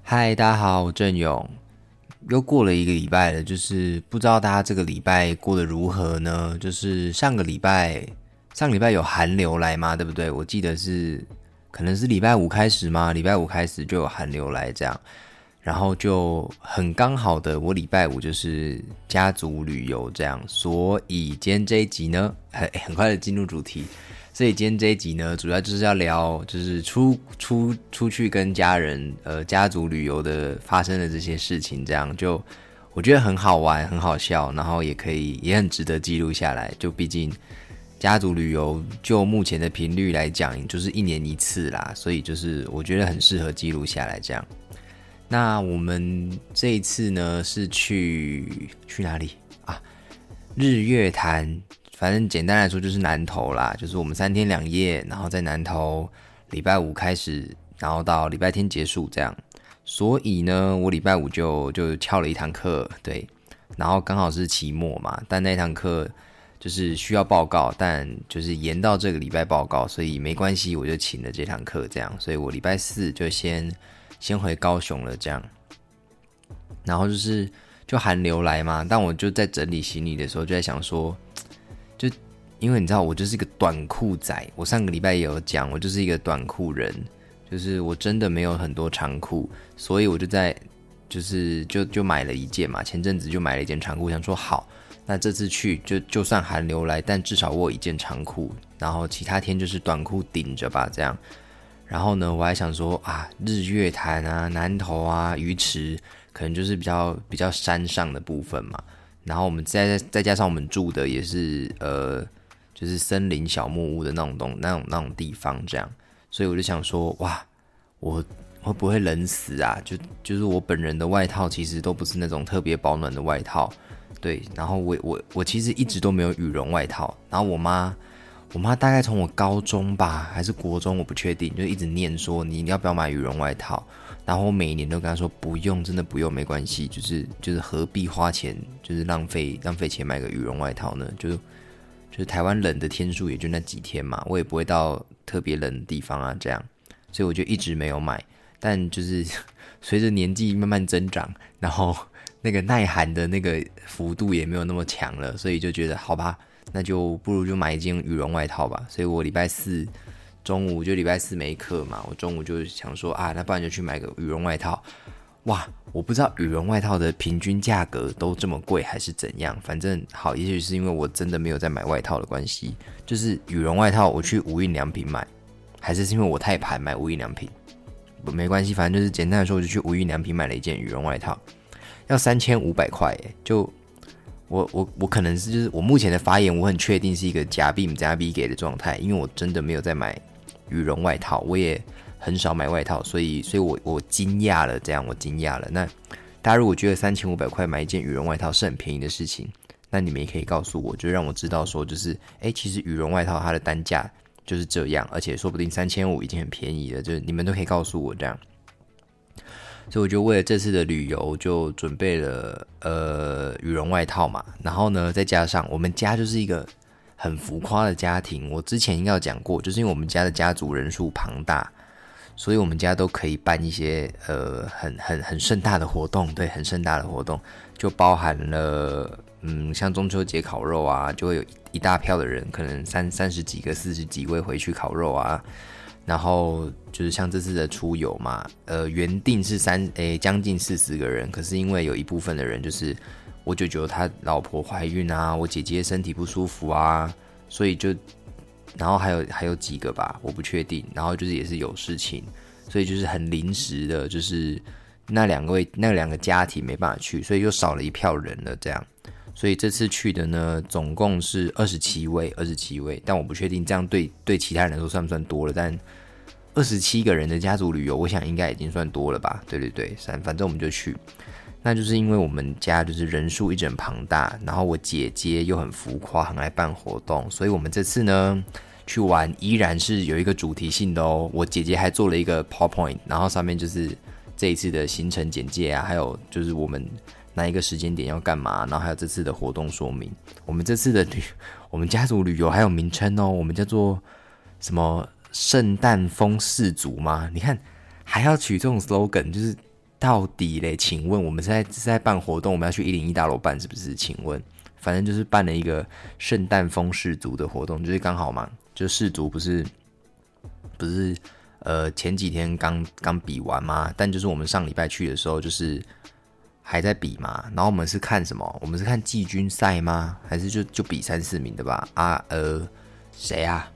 嗨，大家好，我郑勇。又过了一个礼拜了，就是不知道大家这个礼拜过得如何呢？就是上个礼拜有寒流来嘛，对不对？我记得可能是礼拜五开始嘛，礼拜五开始就有寒流来这样，然后就很刚好的，我礼拜五就是家族旅游这样，所以今天这一集呢，很快的进入主题。所以今天这一集呢，主要就是要聊，就是出去跟家人家族旅游的发生的这些事情，这样就我觉得很好玩，很好笑，然后也很值得记录下来。就毕竟家族旅游就目前的频率来讲，就是1年1次啦，所以就是我觉得很适合记录下来这样。那我们这一次呢是去哪里啊？日月潭。反正简单来说就是南投啦，就是我们3天2夜，然后在南投礼拜五开始，然后到礼拜天结束这样。所以呢，我礼拜五就翘了一堂课，对，然后刚好是期末嘛，但那堂课就是需要报告，但就是延到这个礼拜报告，所以没关系，我就请了这堂课这样。所以我礼拜四就先回高雄了这样。然后就寒流来嘛，但我就在整理行李的时候就在想说。就因为你知道我就是一个短裤仔，我上个礼拜也有讲，我就是一个短裤人，就是我真的没有很多长裤，所以我就买了一件嘛，前阵子就买了一件长裤，想说好，那这次去就算寒流来，但至少我有一件长裤，然后其他天就是短裤顶着吧这样。然后呢，我还想说啊，日月潭啊、南投啊、鱼池，可能就是比较山上的部分嘛。然后我们再加上我们住的也是就是森林小木屋的那种地方这样，所以我就想说，哇，我会不会冷死啊？就是我本人的外套其实都不是那种特别保暖的外套，对。然后我其实一直都没有羽绒外套，然后我妈大概从我高中吧还是国中我不确定，就一直念说你要不要买羽绒外套。然后我每一年都跟他说不用，真的不用，没关系，就是何必花钱，就是浪费钱买个羽绒外套呢？就是台湾冷的天数也就那几天嘛，我也不会到特别冷的地方啊，这样，所以我就一直没有买。但就是随着年纪慢慢增长，然后那个耐寒的那个幅度也没有那么强了，所以就觉得好吧，那就不如就买一件羽绒外套吧。所以我礼拜四。中午就礼拜四没课嘛，我中午就想说啊，那不然就去买个羽绒外套。哇，我不知道羽绒外套的平均价格都这么贵还是怎样，反正好，也许是因为我真的没有在买外套的关系，就是羽绒外套我去无印良品买，还是因为我太盘买无印良品，没关系，反正就是简单的说，我就去无印良品买了一件羽绒外套，要3500块耶，就我可能是就是我目前的发言，我很确定是一个假币给的状态，因为我真的没有在买羽绒外套，我也很少买外套，所以我惊讶了，这样我惊讶了。那大家如果觉得3500块买一件羽绒外套是很便宜的事情，那你们也可以告诉我，就让我知道说，就是其实羽绒外套它的单价就是这样，而且说不定3500已经很便宜了，就是你们都可以告诉我这样。所以我就为了这次的旅游就准备了羽绒外套嘛，然后呢再加上我们家就是一个很浮夸的家庭，我之前应该有讲过，就是因为我们家的家族人数庞大，所以我们家都可以办一些很盛大的活动，对，很盛大的活动，就包含了像中秋节烤肉啊，就会有一大票的人，可能30几个、40几位回去烤肉啊，然后就是像这次的出游嘛，原定是将近40个人，可是因为有一部分的人就是我舅舅他老婆怀孕啊，我姐姐身体不舒服啊，所以然后还有几个吧，我不确定，然后就是也是有事情，所以就是很临时的，就是那两个家庭没办法去，所以又少了一票人了这样。所以这次去的呢，总共是27位，但我不确定这样对其他人来说算不算多了，但27个人的家族旅游，我想应该已经算多了吧？对，反正我们就去。那就是因为我们家就是人数一直很庞大，然后我姐姐又很浮夸，很爱办活动，所以我们这次呢去玩依然是有一个主题性的哦。我姐姐还做了一个 PowerPoint， 然后上面就是这一次的行程简介啊，还有就是我们哪一个时间点要干嘛，然后还有这次的活动说明。我们这次的我们家族旅游还有名称哦，我们叫做什么圣诞风氏族吗？你看还要取这种 slogan，就是到底嘞？请问我们是在办活动，我们要去101大楼办是不是？请问，反正就是办了一个圣诞风氏族的活动，就是刚好嘛，就氏族不是前几天刚比完嘛，但就是我们上礼拜去的时候就是还在比嘛，然后我们是看什么？我们是看季军赛吗？还是就比3-4名的吧？谁啊？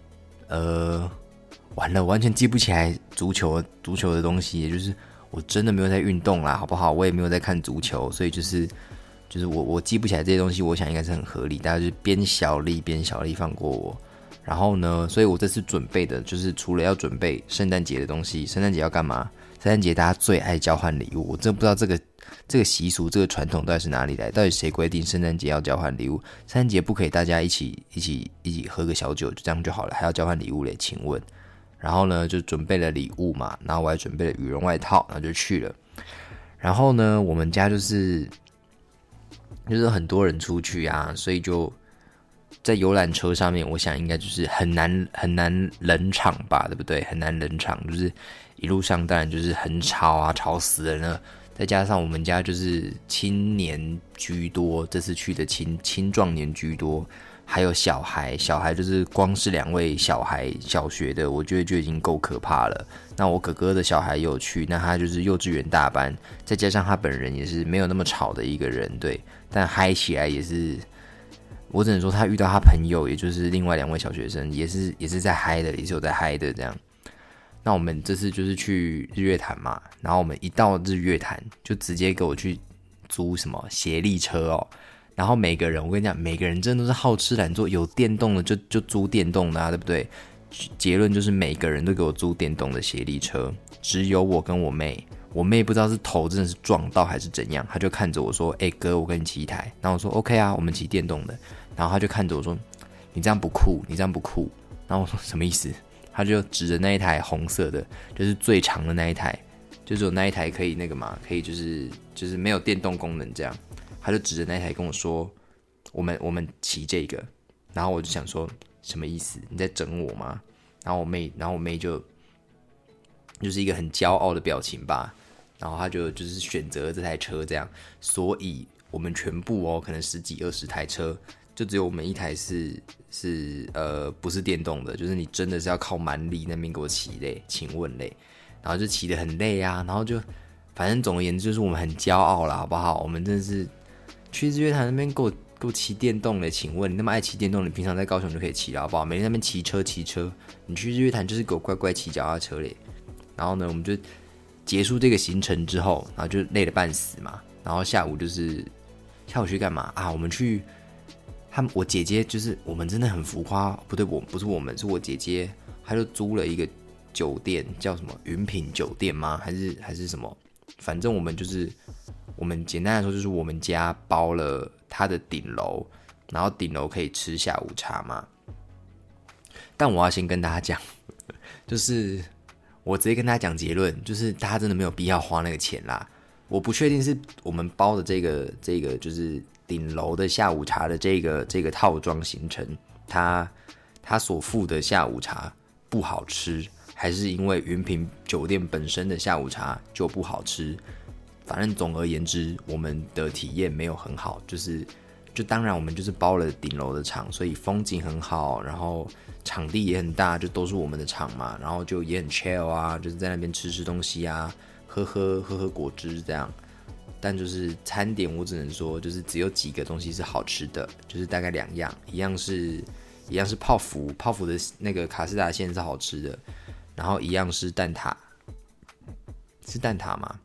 完了，完全记不起来足球的东西，也就是我真的没有在运动啦，好不好？我也没有在看足球，所以就是我记不起来这些东西，我想应该是很合理，大家就是边小力放过我。然后呢，所以我这次准备的就是除了要准备圣诞节的东西，圣诞节要干嘛？圣诞节大家最爱交换礼物，我真的不知道这个习俗这个传统到底是哪里来，到底谁规定圣诞节要交换礼物？圣诞节不可以大家一起喝个小酒就这样就好了，还要交换礼物嘞？请问？然后呢，就准备了礼物嘛，然后我还准备了羽绒外套，然后就去了。然后呢，我们家就是很多人出去啊，所以就在游览车上面，我想应该就是很难冷场吧，对不对？很难冷场，就是一路上当然就是很吵啊，吵死人了。再加上我们家就是青年居多，这次去的青壮年居多。还有小孩就是光是2位小孩小学的，我觉得就已经够可怕了。那我哥哥的小孩也有去，那他就是幼稚园大班，再加上他本人也是没有那么吵的一个人，对，但嗨起来也是，我只能说他遇到他朋友，也就是另外2位小学生，也是在嗨的，也是有在嗨的这样。那我们这次就是去日月潭嘛，然后我们一到日月潭就直接给我去租什么协力车哦。然后每个人，我跟你讲，每个人真的都是好吃懒做，有电动的就租电动的啊，对不对？结论就是每个人都给我租电动的协力车，只有我跟我妹不知道是头真的是撞到还是怎样，她就看着我说：“哥，我跟你骑一台。”然后我说 ：“OK 啊，我们骑电动的。”然后她就看着我说：“你这样不酷，你这样不酷。”然后我说：“什么意思？”她就指着那一台红色的，就是最长的那一台，就只有那一台可以那个嘛，可以就是没有电动功能这样。他就指着那台跟我说：“我们骑这个。”然后我就想说什么意思？你在整我吗？然后我妹就是一个很骄傲的表情吧。然后他就是选择这台车这样，所以我们全部可能10几20台车，就只有我们一台是不是电动的，就是你真的是要靠蛮力那边给我骑嘞，请问嘞，然后就骑得很累啊，然后就反正总而言之就是我们很骄傲啦，好不好？我们真的是。去日月潭那边给我骑电动嘞？请问你那么爱骑电动，你平常在高雄就可以骑了，好不好？每天在那边骑车，你去日月潭就是给我乖乖骑脚踏车嘞。然后呢，我们就结束这个行程之后，然后就累得半死嘛。然后下午去干嘛啊？我们去我姐姐就是我们真的很浮夸，不对，不是我们，是我姐姐，她就租了一个酒店，叫什么云品酒店吗？还是什么？反正我们简单来说就是我们家包了它的顶楼，然后顶楼可以吃下午茶嘛。但我要先跟大家讲，就是我直接跟大家讲结论，就是大家真的没有必要花那个钱啦。我不确定是我们包的这个就是顶楼的下午茶的这个套装行程，它所附的下午茶不好吃，还是因为云品酒店本身的下午茶就不好吃。反正总而言之，我们的体验没有很好，就当然我们就是包了顶楼的场，所以风景很好，然后场地也很大，就都是我们的场嘛，然后就也很 chill 啊，就是在那边吃东西啊，喝果汁这样。但就是餐点，我只能说就是只有几个东西是好吃的，就是大概2样，一样是泡芙的那个卡士达馅是好吃的，然后一样是蛋挞，是蛋挞吗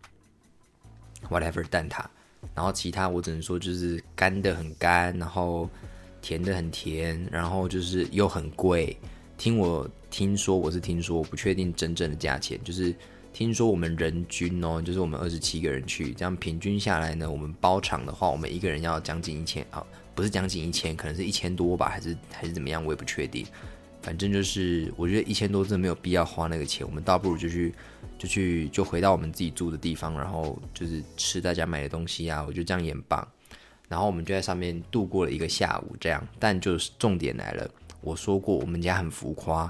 ？whatever 蛋挞，然后其他我只能说就是干的很干，然后甜的很甜，然后就是又很贵。听说，我不确定真正的价钱，就是听说我们人均就是我们27个人去，这样平均下来呢，我们包场的话，我们一个人要将近1000啊，不是将近1000，可能是1000多吧，还是怎么样，我也不确定。反正就是我觉得1000多真的没有必要花那个钱，我们倒不如就回到我们自己住的地方，然后就是吃大家买的东西啊，我觉得这样也很棒。然后我们就在上面度过了一个下午这样，但就是重点来了，我说过我们家很浮夸，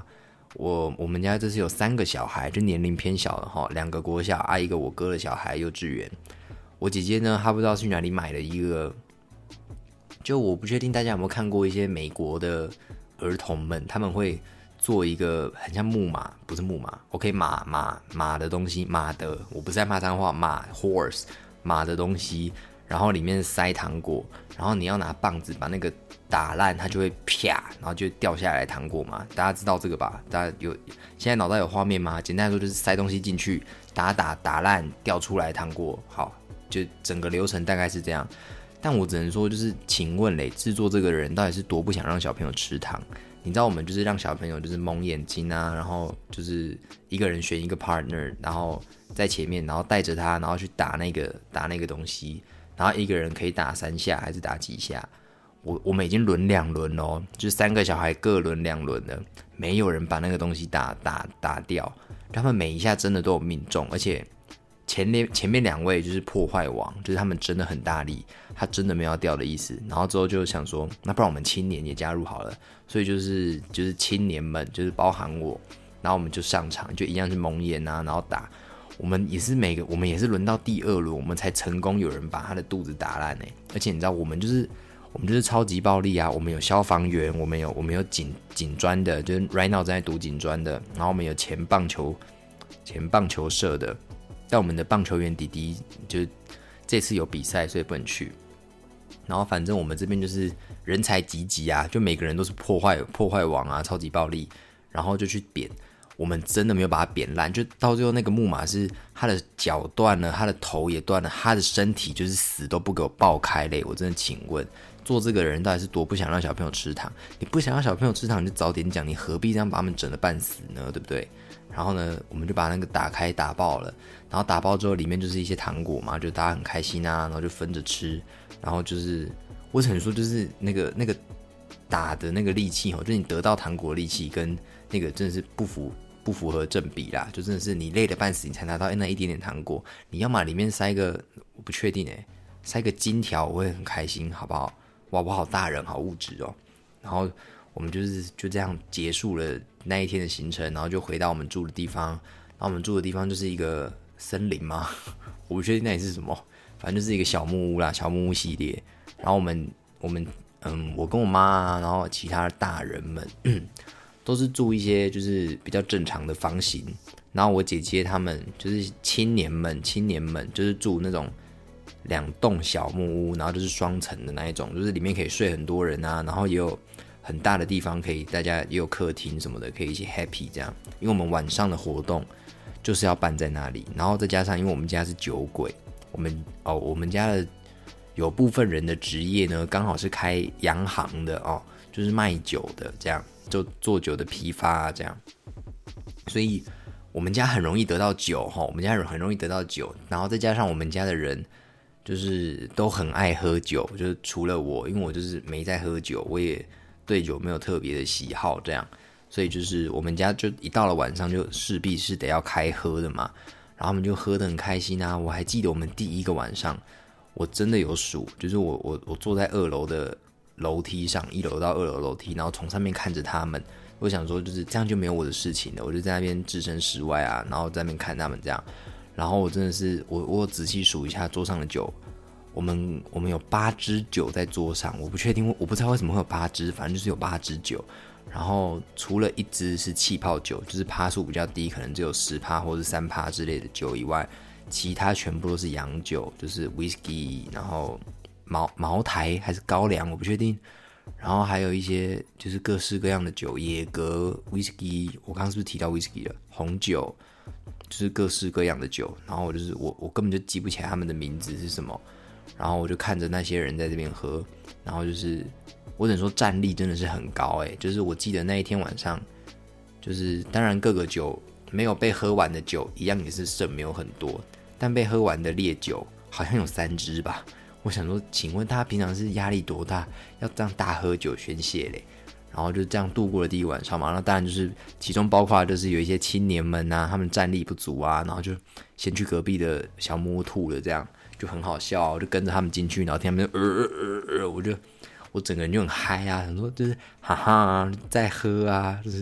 我们家这次有3个小孩，就年龄偏小的哈，2个国小啊，一个我哥的小孩幼稚园。我姐姐呢，她不知道去哪里买了一个，就我不确定大家有没有看过一些美国的儿童们，他们会做一个很像木马，不是木马 ，OK 马的东西，马的，我不是在骂脏话，马 horse 马的东西，然后里面塞糖果，然后你要拿棒子把那个打烂，它就会啪，然后就掉下来糖果嘛。大家知道这个吧？大家现在脑袋有画面吗？简单来说就是塞东西进去，打烂，掉出来糖果。好，就整个流程大概是这样。但我只能说，就是请问嘞，制作这个人到底是多不想让小朋友吃糖？你知道我们就是让小朋友就是蒙眼睛啊，然后就是一个人选一个 partner， 然后在前面，然后带着他，然后去打那个东西，然后一个人可以打3下还是打几下？我们已经轮2轮哦，就是3个小孩各轮2轮了，没有人把那个东西打掉，他们每一下真的都有命中，而且前面2位就是破坏王，就是他们真的很大力，他真的没有要掉的意思。然后之后就想说，那不然我们青年也加入好了，所以就是青年们，就是包含我，然后我们就上场，就一样是蒙眼啊，然后打。我们也是轮到第2轮，我们才成功有人把他的肚子打烂欸。而且你知道，我们就是超级暴力啊！我们有消防员，我们有警专的，就是 right now 正在读警专的，然后我们有前棒球社的。但我们的棒球员弟弟就是这次有比赛，所以不能去。然后反正我们这边就是人才济济啊，就每个人都是破坏王啊，超级暴力，然后就去扁。我们真的没有把它扁烂，就到最后那个木马是他的脚断了，他的头也断了，他的身体就是死都不给我爆开嘞！我真的请问，做这个人到底是多不想让小朋友吃糖？你不想让小朋友吃糖，你就早点讲，你何必这样把他们整得半死呢？对不对？然后呢，我们就把那个打开打爆了，然后打爆之后里面就是一些糖果嘛，就大家很开心啊，然后就分着吃，然后就是我只能说就是那个打的那个力气就你得到糖果的力气跟那个真的是不符合正比啦，就真的是你累得半死你才拿到那一点点糖果，你要嘛里面塞个我不确定塞个金条我会很开心，好不好？哇，我好大人好物质哦。然后我们就这样结束了那一天的行程，然后就回到我们住的地方。然后我们住的地方就是一个森林嘛，我不确定那里是什么，反正就是一个小木屋啦，小木屋系列。然后我们我跟我妈啊，然后其他的大人们都是住一些就是比较正常的房型。然后我姐姐他们就是青年们就是住那种2栋小木屋，然后就是双层的那一种，就是里面可以睡很多人啊，然后也有很大的地方可以大家也有客厅什么的，可以一起 happy 这样。因为我们晚上的活动就是要办在那里，然后再加上因为我们家是酒鬼，我们家的有部分人的职业呢刚好是开洋行的哦，就是卖酒的这样，就做酒的批发啊这样，所以我们家很容易得到酒，然后再加上我们家的人就是都很爱喝酒，就是除了我，因为我就是没在喝酒，我也对酒没有特别的喜好这样，所以就是我们家就一到了晚上就势必是得要开喝的嘛，然后我们就喝得很开心啊。我还记得我们第1个晚上我真的有数，就是我坐在2楼的楼梯上，1楼到2楼楼梯，然后从上面看着他们，我想说就是这样就没有我的事情了，我就在那边置身事外啊，然后在那边看他们这样。然后我真的是我仔细数一下桌上的酒，我们有8支酒在桌上，我不确定，我不知道为什么会有8支，反正就是有8支酒。然后除了1支是气泡酒，就是趴数比较低，可能只有10%或是3%之类的酒以外，其他全部都是洋酒，就是 whisky， 然后茅台还是高粱我不确定，然后还有一些就是各式各样的酒，野格 whisky， 我刚刚是不是提到 whisky 了？红酒，就是各式各样的酒。然后我根本就记不起来他们的名字是什么，然后我就看着那些人在这边喝，然后就是我只能说战力真的是很高就是我记得那一天晚上，就是当然各个酒没有被喝完的酒一样也是剩没有很多，但被喝完的烈酒好像有3支吧。我想说，请问他平常是压力多大，要这样大喝酒宣泄嘞？然后就这样度过了第1晚上嘛。那当然就是其中包括就是有一些青年们啊，他们战力不足啊，然后就先去隔壁的小木屋吐了，这样就很好笑我就跟着他们进去，然后听他们我整个人就很嗨啊，想说就是哈哈在喝啊，就是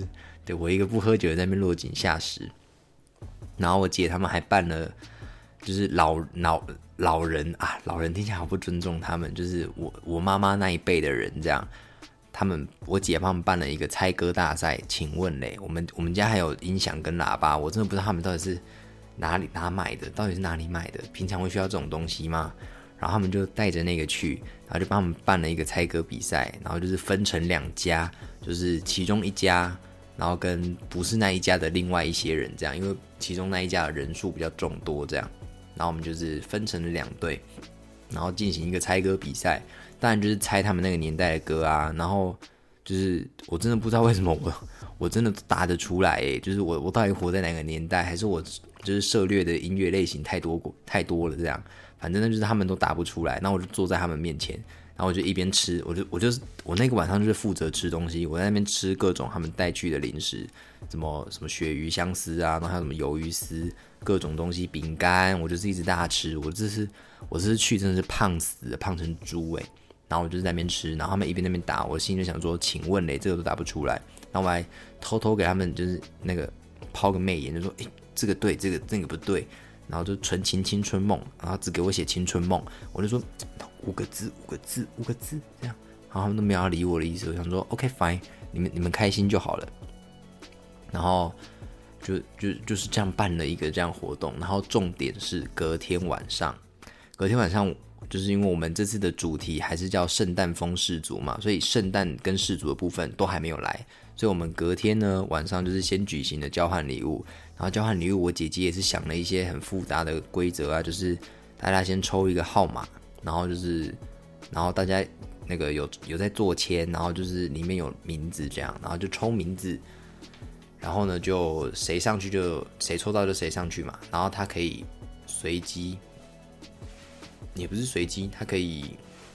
对，我一个不喝酒的在那边落井下石。然后我姐他们还办了，就是老人啊，老人听起来好不尊重他们，就是我妈妈那一辈的人这样。我姐帮他们办了一个猜歌大赛，请问嘞，我们家还有音响跟喇叭，我真的不知道他们到底是哪买的，到底是哪里买的？平常会需要这种东西吗？然后他们就带着那个去，然后就帮他们办了一个猜歌比赛，然后就是分成2家，就是其中一家，然后跟不是那一家的另外一些人这样，因为其中那一家的人数比较众多这样，然后我们就是分成了2队，然后进行一个猜歌比赛，当然就是猜他们那个年代的歌啊，然后就是我真的不知道为什么我真的答得出来耶，就是我到底活在哪个年代，还是我就是涉猎的音乐类型太多了这样，反正呢就是他们都答不出来，然后我就坐在他们面前，然后我就一边吃，我那个晚上就是负责吃东西，我在那边吃各种他们带去的零食，什么鳕鱼香丝啊，然后还有什么鱿鱼丝，各种东西，饼干，我就是一直大吃，我这次去真的是胖死了，胖成猪欸。然后我就是在那边吃，然后他们一边在那边打，我心里就想说，请问嘞，这个都打不出来，然后我还偷偷给他们就是那个抛个媚眼，就说，这个对，这个不对，然后就纯情青春梦，然后只给我写青春梦，我就说5个字这样，然后他们都没有要理我的意思，我想说 OK fine， 你们开心就好了，然后就是这样办了一个这样活动，然后重点是隔天晚上。就是因为我们这次的主题还是叫圣诞风氏族嘛，所以圣诞跟氏族的部分都还没有来，所以我们隔天呢晚上就是先举行了交换礼物，然后交换礼物我姐姐也是想了一些很复杂的规则啊，就是大家先抽一个号码，然后大家那个有在做签，然后就是里面有名字这样，然后就抽名字，然后呢就谁上去就谁抽到就谁上去嘛，然后他可以随机。也不是随机，他可以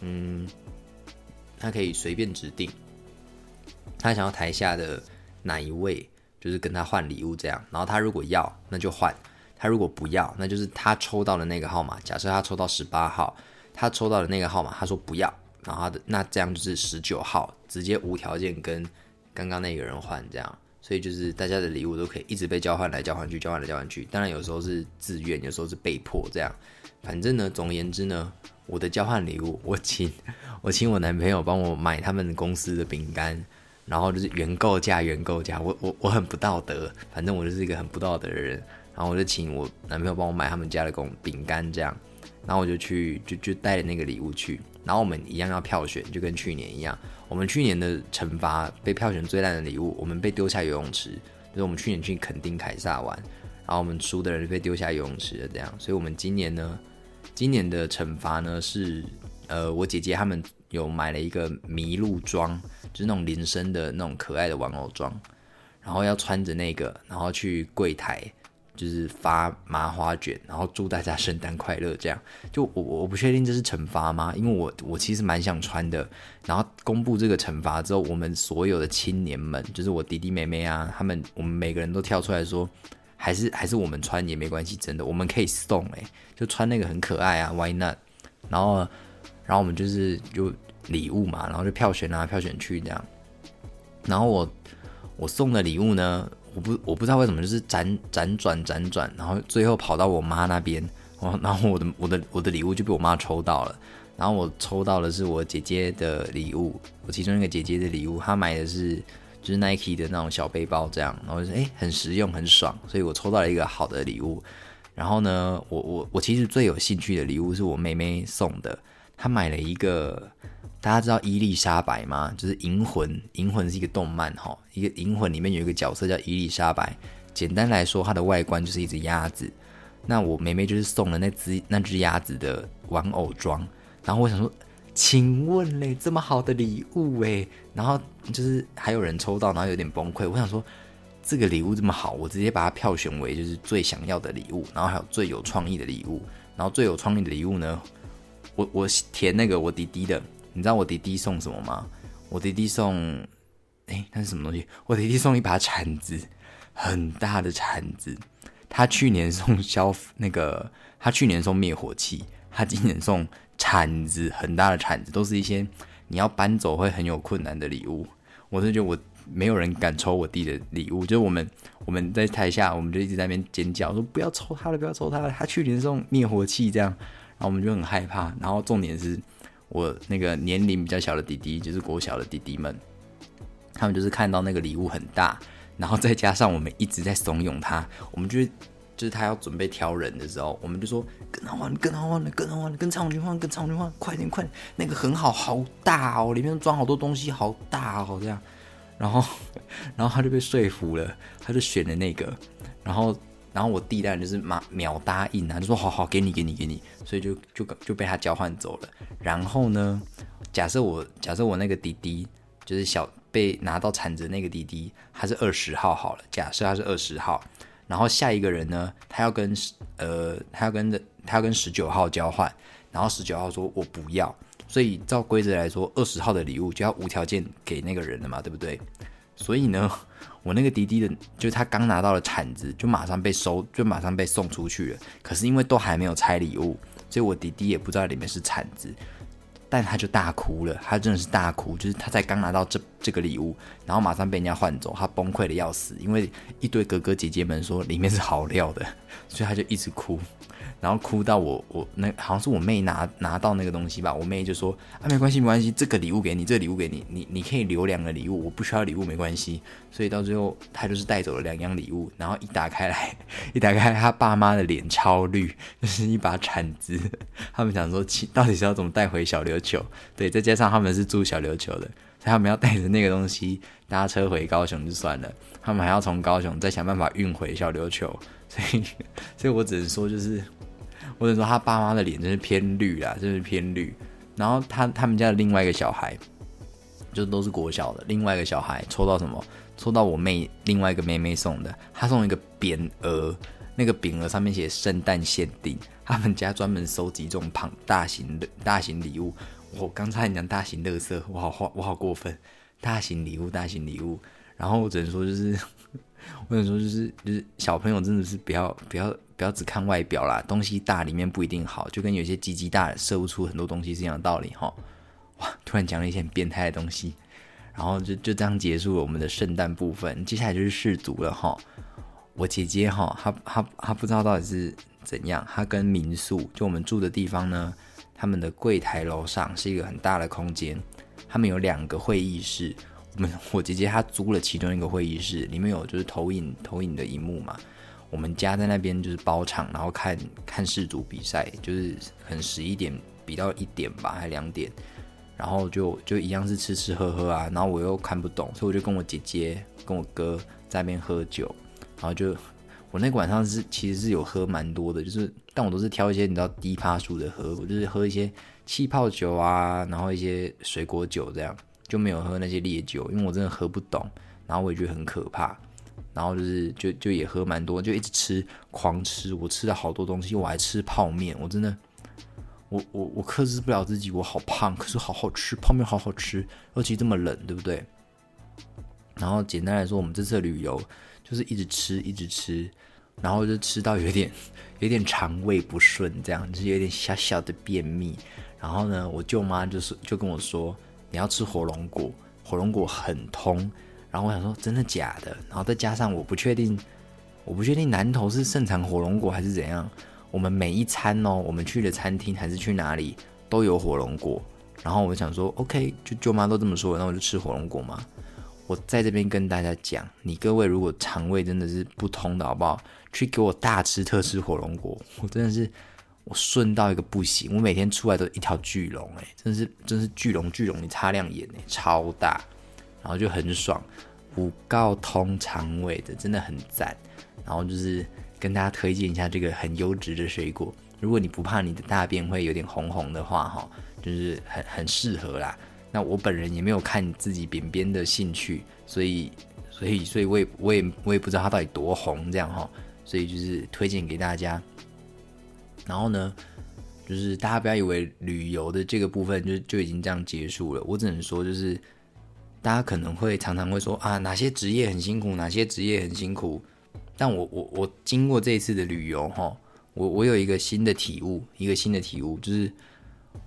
随便指定，他想要台下的哪一位，就是跟他换礼物这样。然后他如果要，那就换；他如果不要，那就是他抽到的那个号码。假设他抽到18号，他抽到的那个号码，他说不要，然后那这样就是19号，直接无条件跟刚刚那个人换这样。所以就是大家的礼物都可以一直被交换来交换去，交换来交换去。当然有时候是自愿，有时候是被迫这样。反正呢，总而言之呢，我的交换礼物，我请我男朋友帮我买他们公司的饼干，然后就是原购价，我很不道德，反正我就是一个很不道德的人，然后我就请我男朋友帮我买他们家的饼干这样，然后我就就带了那个礼物去，然后我们一样要票选，就跟去年一样，我们去年的惩罚被票选最烂的礼物，我们被丢下游泳池，就是我们去年去垦丁凯撒玩，然后我们输的人就被丢下游泳池了这样，所以我们今年的惩罚呢是，我姐姐他们有买了一个麋鹿装，就是那种连身的那种可爱的玩偶装，然后要穿着那个，然后去柜台就是发麻花卷，然后祝大家圣诞快乐这样。就我不确定这是惩罚吗？因为我其实蛮想穿的。然后公布这个惩罚之后，我们所有的青年们，就是我弟弟妹妹啊，我们每个人都跳出来说。还是我们穿也没关系，真的，我们可以送就穿那个很可爱啊 ，Why not？ 然后我们就礼物嘛，然后就票选去这样。然后我送的礼物呢，我不知道为什么就是辗转，然后最后跑到我妈那边，然后我的礼物就被我妈抽到了。然后我抽到的是我姐姐的礼物，我其中一个姐姐的礼物，她买的是。就是 Nike 的那种小背包这样，然后就是很实用很爽，所以我抽到了一个好的礼物。然后呢，我其实最有兴趣的礼物是我妹妹送的，她买了一个，大家知道伊丽莎白吗？就是银魂是一个动漫哈，一个银魂里面有一个角色叫伊丽莎白，简单来说，它的外观就是一只鸭子。那我妹妹就是送了那只鸭子的玩偶装，然后我想说。请问嘞，这么好的礼物然后就是还有人抽到，然后有点崩溃。我想说，这个礼物这么好，我直接把它票选为就是最想要的礼物，然后还有最有创意的礼物。然后最有创意的礼物呢，我填那个我弟弟的，你知道我弟弟送什么吗？我弟弟送，那是什么东西？我弟弟送一把铲子，很大的铲子。他去年送他去年送灭火器，他今年送。很大的铲子，都是一些你要搬走会很有困难的礼物。我就觉得没有人敢抽我弟的礼物，就是我们在台下，我们就一直在那边尖叫说不要抽他了，不要抽他了，他去年送灭火器这样，然后我们就很害怕。然后重点是我那个年龄比较小的弟弟，就是国小的弟弟们，他们就是看到那个礼物很大，然后再加上我们一直在怂恿他，我们就是他要准备挑人的时候，我们就说跟他换，跟他换了，跟他换了，跟长军换，跟长军换，快点快点，那个很好，好大哦，里面装好多东西，好大哦，这样。然后他就被说服了，他就选了那个，然后我弟当然就是秒答应啊，就说好好给你，所以就被他交换走了。然后呢，假设我那个弟弟就是被拿到铲子的那个弟弟，他是20号好了，假设他是20号，然后下一个人呢，他要跟19号交换，然后19号说我不要。所以照规则来说，20号的礼物就要无条件给那个人了嘛，对不对？所以呢，我那个弟弟的，就是他刚拿到了铲子，就马上被送出去了。可是因为都还没有拆礼物，所以我弟弟也不知道里面是铲子，但他就大哭了，他真的是大哭，就是他才刚拿到这个礼物，然后马上被人家换走，他崩溃的要死，因为一堆哥哥姐姐们说里面是好料的，所以他就一直哭。然后哭到我那好像是我妹拿到那个东西吧，我妹就说啊没关系，这个礼物给你，你可以留2个礼物，我不需要礼物没关系。所以到最后他就是带走了2样礼物，然后一打开他爸妈的脸超绿，就是一把铲子。他们想说到底是要怎么带回小琉球？对，再加上他们是住小琉球的，所以他们要带着那个东西搭车回高雄就算了，他们还要从高雄再想办法运回小琉球，所以我只能说他爸妈的脸真是偏绿啦，真是偏绿。然后他们家的另外一个小孩，就都是国小的，另外一个小孩抽到什么？抽到我妹另外一个妹妹送的，她送一个匾额，那个匾额上面写圣诞限定，他们家专门收集这种大型礼物。我刚才讲大型垃圾，我好过分，大型礼物。然后我只能说就是小朋友真的是不要只看外表啦，东西大里面不一定好，就跟有些鸡鸡大射不出很多东西是一样的道理齁。哇，突然讲了一些很变态的东西，然后就这样结束了我们的圣诞部分，接下来就是世足了齁。我姐姐齁，她不知道到底是怎样，她跟民宿就我们住的地方呢，他们的柜台楼上是一个很大的空间，他们有2个会议室。我姐姐她租了其中一个会议室，里面有就是投影的萤幕嘛。我们家在那边就是包场，然后看世足比赛，就是可能11点比到1点吧，还2点，然后就一样是吃喝喝啊。然后我又看不懂，所以我就跟我姐姐跟我哥在那边喝酒，然后我那个晚上其实是有喝蛮多的，但我都是挑一些你知道低趴数的喝，我就是喝一些气泡酒啊，然后一些水果酒这样。就没有喝那些烈酒，因为我真的喝不懂，然后我也觉得很可怕，然后就也喝蛮多，就一直狂吃，我吃了好多东西，我还吃泡面，我真的我克制不了自己，我好胖，可是好好吃，泡面好好吃，尤其这么冷，对不对？然后简单来说，我们这次的旅游就是一直吃，然后就吃到有点肠胃不顺，这样就是有点小小的便秘。然后呢，我舅妈就跟我说，你要吃火龙果，火龙果很通。然后我想说真的假的？然后再加上我不确定南投是盛产火龙果还是怎样。我们每一餐我们去的餐厅还是去哪里都有火龙果。然后我想说 OK， 就舅妈都这么说了，那我就吃火龙果嘛。我在这边跟大家讲，你各位如果肠胃真的是不通的好不好，去给我大吃特吃火龙果。我真的是我顺到一个不行，我每天出来都一条巨龙真是巨龙，你擦亮眼超大，然后就很爽，五告通肠胃的，真的很赞。然后就是跟大家推荐一下这个很优质的水果，如果你不怕你的大便会有点红红的话就是很适合啦。那我本人也没有看自己扁扁的兴趣，所以我也不知道它到底多红这样所以就是推荐给大家。然后呢，就是大家不要以为旅游的这个部分就已经这样结束了，我只能说就是大家可能会常常会说啊，哪些职业很辛苦，哪些职业很辛苦。但我经过这一次的旅游我有一个新的体悟，就是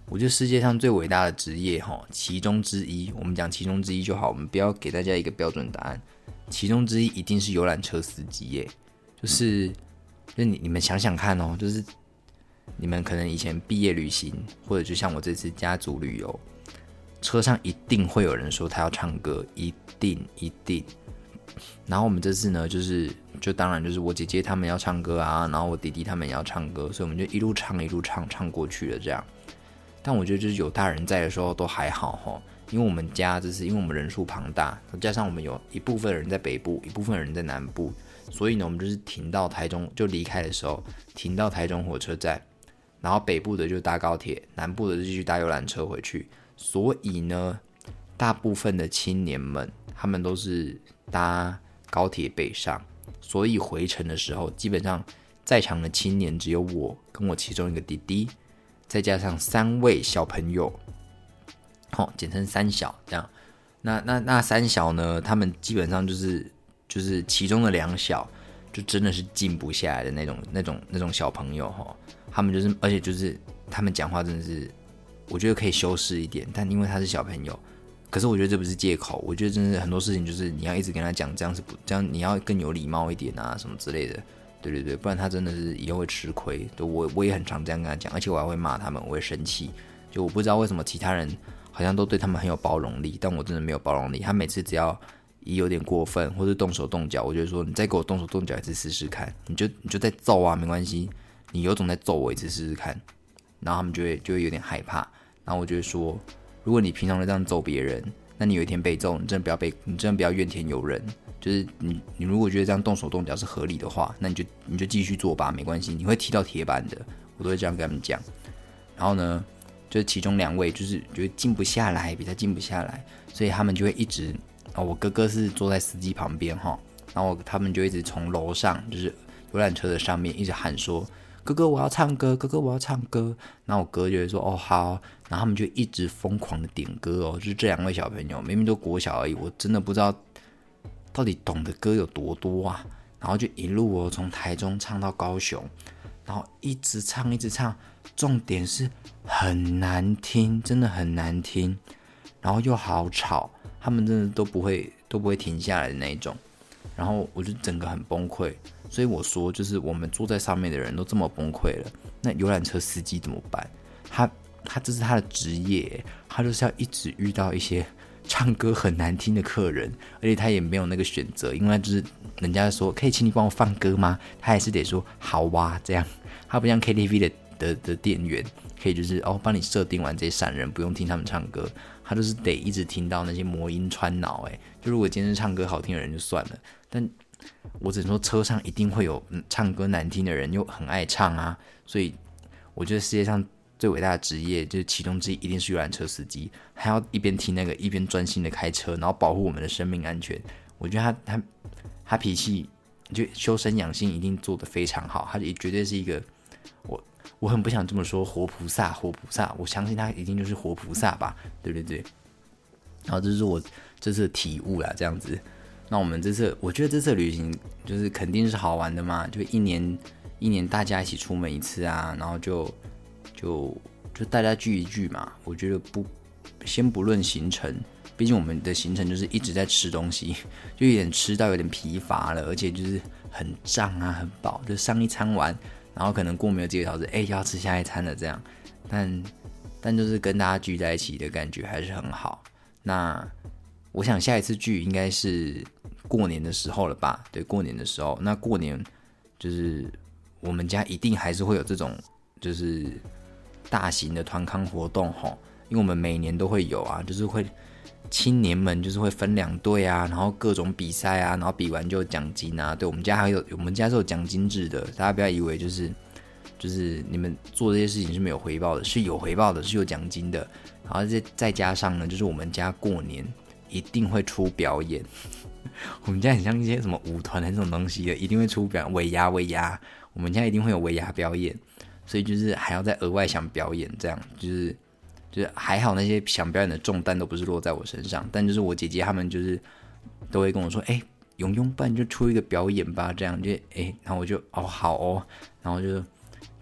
我觉得世界上最伟大的职业其中之一，我们讲其中之一就好，我们不要给大家一个标准答案。其中之一一定是游览车司机耶，就是你们想想看哦，就是你们可能以前毕业旅行，或者就像我这次家族旅游，车上一定会有人说他要唱歌，一定。然后我们这次呢，就当然就是我姐姐他们要唱歌啊，然后我弟弟他们也要唱歌，所以我们就一路唱过去了这样。但我觉得就是有大人在的时候都还好因为我们家因为我们人数庞大，加上我们有一部分人在北部，一部分人在南部，所以呢我们就是停到台中，就离开的时候停到台中火车站，然后北部的就搭高铁，南部的就继续搭游览车回去。所以呢大部分的青年们他们都是搭高铁北上，所以回程的时候基本上在场的青年只有我跟我其中一个弟弟，再加上3位小朋友，简称3小这样。那3小呢，他们基本上就是其中的2小，就真的是静不下来的那种小朋友他们而且就是他们讲话真的是，我觉得可以修饰一点，但因为他是小朋友，可是我觉得这不是借口，我觉得真的很多事情就是你要一直跟他讲，这样你要更有礼貌一点啊，什么之类的。对，不然他真的是以后会吃亏。我也很常这样跟他讲，而且我还会骂他们，我会生气。就我不知道为什么其他人好像都对他们很有包容力，但我真的没有包容力。他每次只要一有点过分，或是动手动脚，我就说你再给我动手动脚一次试试看，你就再揍啊，没关系，你有种再揍我一次试试看。然后他们就会有点害怕。然后我就会说，如果你平常都这样揍别人，那你有一天被揍，你真的不要怨天尤人。就是你如果觉得这样动手动脚是合理的话，那你就继续做吧，没关系，你会踢到铁板的，我都会这样跟他们讲。然后呢，就是其中2位就是觉得静不下来，比较静不下来，所以他们就会一直我哥哥是坐在司机旁边然后他们就一直从楼上就是游览车的上面一直喊说，哥哥我要唱歌，哥哥我要唱歌。然后我哥就会说好，然后他们就一直疯狂的点歌就是这2位小朋友明明都国小而已，我真的不知道到底懂的歌有多多啊。然后就一路从台中唱到高雄，然后一直唱，重点是很难听，真的很难听，然后又好吵，他们真的都不会停下来的那一种。然后我就整个很崩溃。所以我说就是我们坐在上面的人都这么崩溃了，那游览车司机怎么办？他这是他的职业，他就是要一直遇到一些唱歌很难听的客人，而且他也没有那个选择，因为就是人家说可以请你帮我放歌吗？他还是得说好哇这样。他不像 KTV 的店员可以就是帮你设定完这些闪人，不用听他们唱歌，他就是得一直听到那些魔音穿脑。就如果今天是唱歌好听的人就算了，但我只能说车上一定会有唱歌难听的人又很爱唱啊。所以我觉得世界上最伟大的职业就是其中之一一定是游览车司机，还要一边听那个一边专心的开车，然后保护我们的生命安全。我觉得他脾气就修身养性一定做得非常好，他也绝对是一个我很不想这么说活菩萨，我相信他一定就是活菩萨吧，对。然后这是我这次的体悟啦，这样子。那我们我觉得这次的旅行就是肯定是好玩的嘛，就一年大家一起出门一次啊，然后就大家聚一聚嘛。我觉得先不论行程，毕竟我们的行程就是一直在吃东西，就有点吃到有点疲乏了，而且就是很胀啊，很饱，就上一餐完，然后可能过没有几个小时，要吃下一餐了这样。但就是跟大家聚在一起的感觉还是很好。那我想下一次聚应该是过年的时候了吧？对，过年的时候。那过年就是我们家一定还是会有这种就是大型的团康活动因为我们每年都会有啊，就是会青年们就是会分2队啊，然后各种比赛啊，然后比完就有奖金啊。对，我们家是有奖金制的，大家不要以为就是你们做这些事情是没有回报的，是有回报的，是有奖金的。然后再加上呢，就是我们家过年一定会出表演。我们家很像一些什么舞团的那种东西的，一定会出表演，尾牙，我们家一定会有尾牙表演，所以就是还要再额外想表演，这样就是还好那些想表演的重担都不是落在我身上，但就是我姐姐他们就是都会跟我说，勇不然就出一个表演吧，这样然后我就好然后就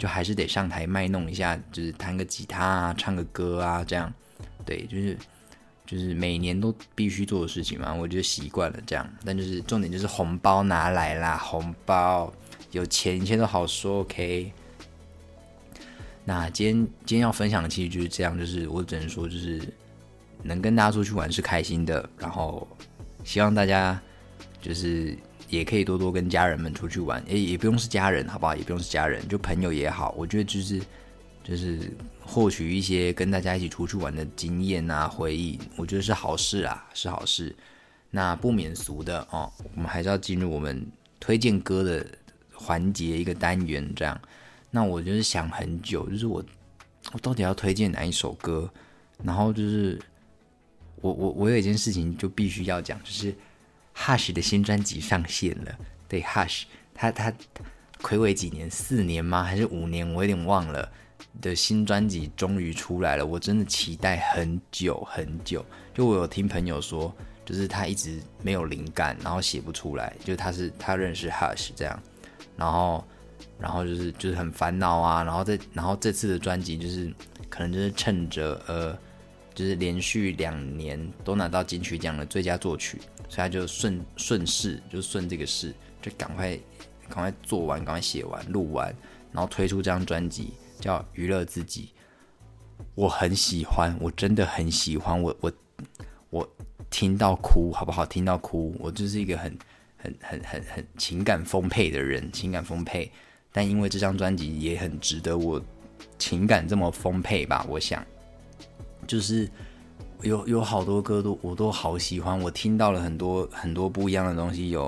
就还是得上台卖弄一下，就是弹个吉他啊，唱个歌啊，这样。对，就是每年都必须做的事情嘛，我觉得习惯了这样。但就是重点就是红包拿来啦，红包有钱一切都好说 ，OK。那今天要分享的其实就是这样，就是我只能说就是能跟大家出去玩是开心的，然后希望大家就是也可以多多跟家人们出去玩，也不用是家人，好不好？也不用是家人，就朋友也好，我觉得就是获取一些跟大家一起出去玩的经验啊、回忆，我觉得是好事啊，是好事。那不免俗的哦，我们还是要进入我们推荐歌的环节一个单元这样。那我就是想很久，就是我到底要推荐哪一首歌？然后就是我有一件事情就必须要讲，就是 Hush 的新专辑上线了。对 Hush， 他睽违几年，4年吗？还是5年？我有点忘了。的新专辑终于出来了，我真的期待很久很久。就我有听朋友说，就是他一直没有灵感，然后写不出来，就他认识 Hush 这样，然后就是很烦恼啊，然后这次的专辑就是可能就是趁着就是连续2年都拿到金曲奖的最佳作曲，所以他就顺势就顺这个势，就赶快做完，赶快写完录完，然后推出这张专辑叫《娱乐自己》。我很喜欢，我真的很喜欢，我听到哭，好不好？听到哭，我就是一个很情感丰沛的人，情感丰沛。但因为这张专辑也很值得我情感这么丰沛吧，我想，就是有好多歌我都好喜欢，我听到了很多不一样的东西，有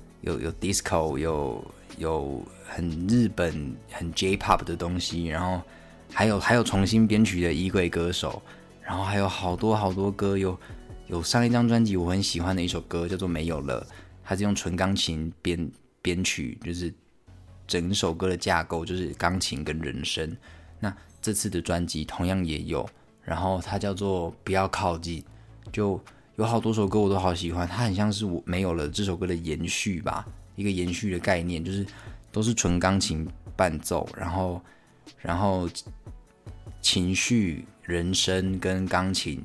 disco， 有很日本很 J-pop 的东西，然后还有重新编曲的衣柜歌手，然后还有好多歌，有上一张专辑我很喜欢的一首歌叫做没有了，它是用纯钢琴编曲，就是整首歌的架构就是钢琴跟人声。那这次的专辑同样也有，然后它叫做不要靠近，就有好多首歌我都好喜欢，它很像是我没有了这首歌的延续吧，一个延续的概念，就是都是纯钢琴伴奏，然后情绪、人声跟钢琴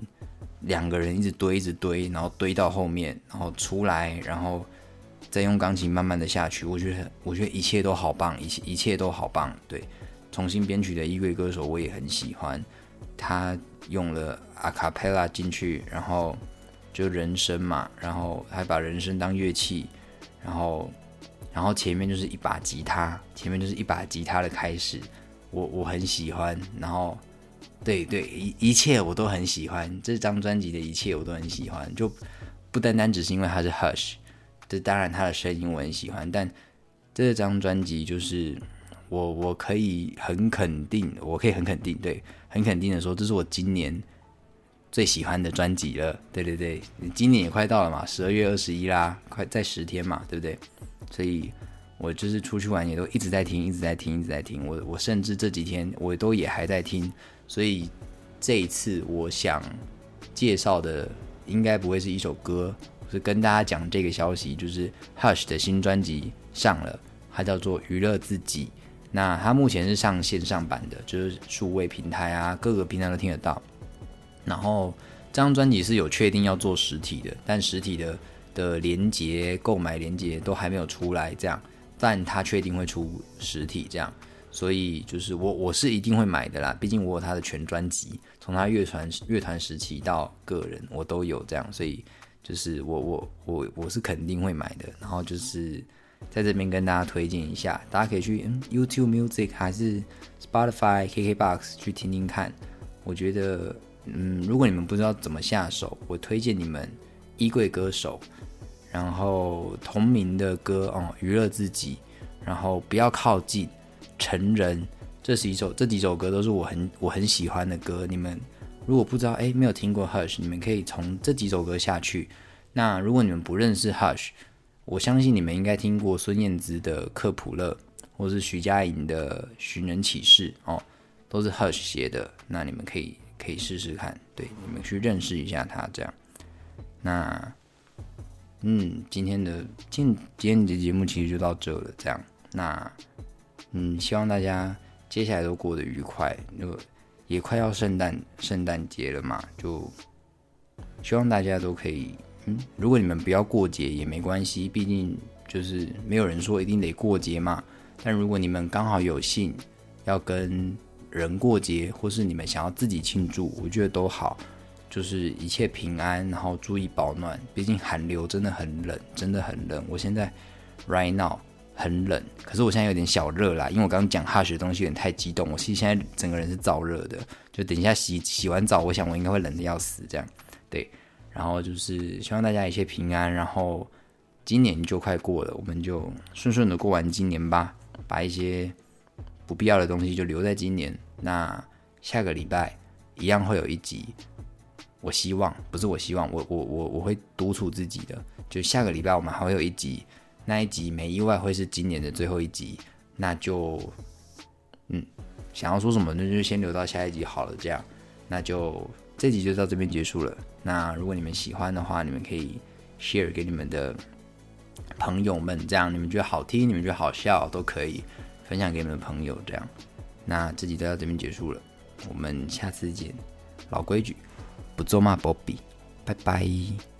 2个人一直堆，然后堆到后面，然后出来，然后再用钢琴慢慢的下去。我觉得一切都好棒，一切都好棒。对，重新编曲的衣柜歌手我也很喜欢，他用了阿卡贝拉进去，然后就人声嘛，然后还把人声当乐器，然后前面就是一把吉他，的开始，我很喜欢，然后对，一切我都很喜欢，这张专辑的一切我都很喜欢，就不单单只是因为他是 Hush， 这当然他的声音我很喜欢，但这张专辑就是我可以很肯定，对，很肯定的说，这是我今年最喜欢的专辑了。对，今年也快到了嘛，12月21啦，快再10天嘛，对不对？所以我就是出去玩也都一直在听，我甚至这几天我都也还在听，所以这一次我想介绍的应该不会是一首歌，是跟大家讲这个消息，就是 Hush 的新专辑上了，它叫做《娱乐自己》。那它目前是上线上版的，就是数位平台啊，各个平台都听得到。然后这张专辑是有确定要做实体的，但实体的连结、购买连结都还没有出来，这样，但它确定会出实体，这样，所以就是我是一定会买的啦，毕竟我有他的全专辑，从他乐团时期到个人我都有这样，所以就是我是肯定会买的。然后就是在这边跟大家推荐一下，大家可以去YouTube Music 还是 Spotify、KKBox 去听听看。我觉得如果你们不知道怎么下手，我推荐你们衣柜歌手，然后同名的歌娱乐自己，然后不要靠近，成人，这几首歌都是我很喜欢的歌。你们如果不知道没有听过 Hush， 你们可以从这几首歌下去。那如果你们不认识 Hush， 我相信你们应该听过孙燕姿的《克普勒》，或是徐佳莹的《寻人启事》都是 Hush 写的。那你们可以试试看，对，你们去认识一下他这样。那今天的节目其实就到这了，这样。那希望大家接下来都过得愉快。也快要圣诞节了嘛，就希望大家都可以，如果你们不要过节也没关系，毕竟就是没有人说一定得过节嘛。但如果你们刚好有幸要跟人过节，或是你们想要自己庆祝，我觉得都好，就是一切平安，然后注意保暖。毕竟寒流真的很冷，真的很冷。我现在 right now 很冷，可是我现在有点小热啦，因为我刚刚讲哈学的东西有点太激动，我其实现在整个人是燥热的，就等一下洗完澡，我想我应该会冷得要死这样。对，然后就是希望大家一切平安，然后今年就快过了，我们就顺顺的过完今年吧，把一些不必要的东西就留在今年。那下个礼拜一样会有一集，我希望不是我希望，我会督促自己的，就下个礼拜我们还会有一集，那一集没意外会是今年的最后一集，那就想要说什么那就先留到下一集好了，这样那就这集就到这边结束了。那如果你们喜欢的话，你们可以 share 给你们的朋友们，这样你们觉得好听，你们觉得好笑都可以分享给你们的朋友，这样。那这集就到这边结束了，我们下次见。老规矩，不咒骂波比，拜拜。